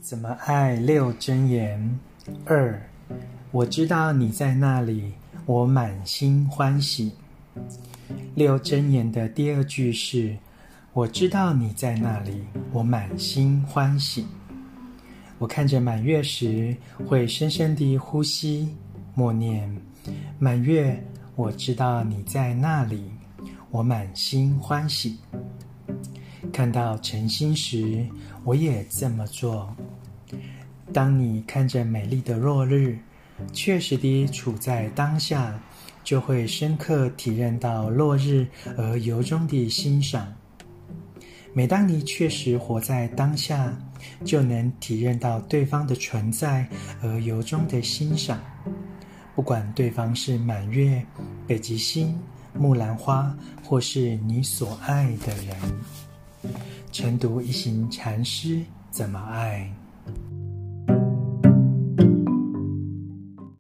怎么爱六真言2，我知道你在那里，我满心欢喜。六真言的第二句是我知道你在那里，我满心欢喜。我看着满月时，会深深地呼吸，默念满月，我知道你在那里，我满心欢喜。看到晨星时，我也这么做。当你看着美丽的落日，确实地处在当下，就会深刻体认到落日而由衷地欣赏。每当你确实活在当下，就能体认到对方的存在而由衷的欣赏。不管对方是满月、北极星、木兰花，或是你所爱的人。晨读一行禅师怎么爱？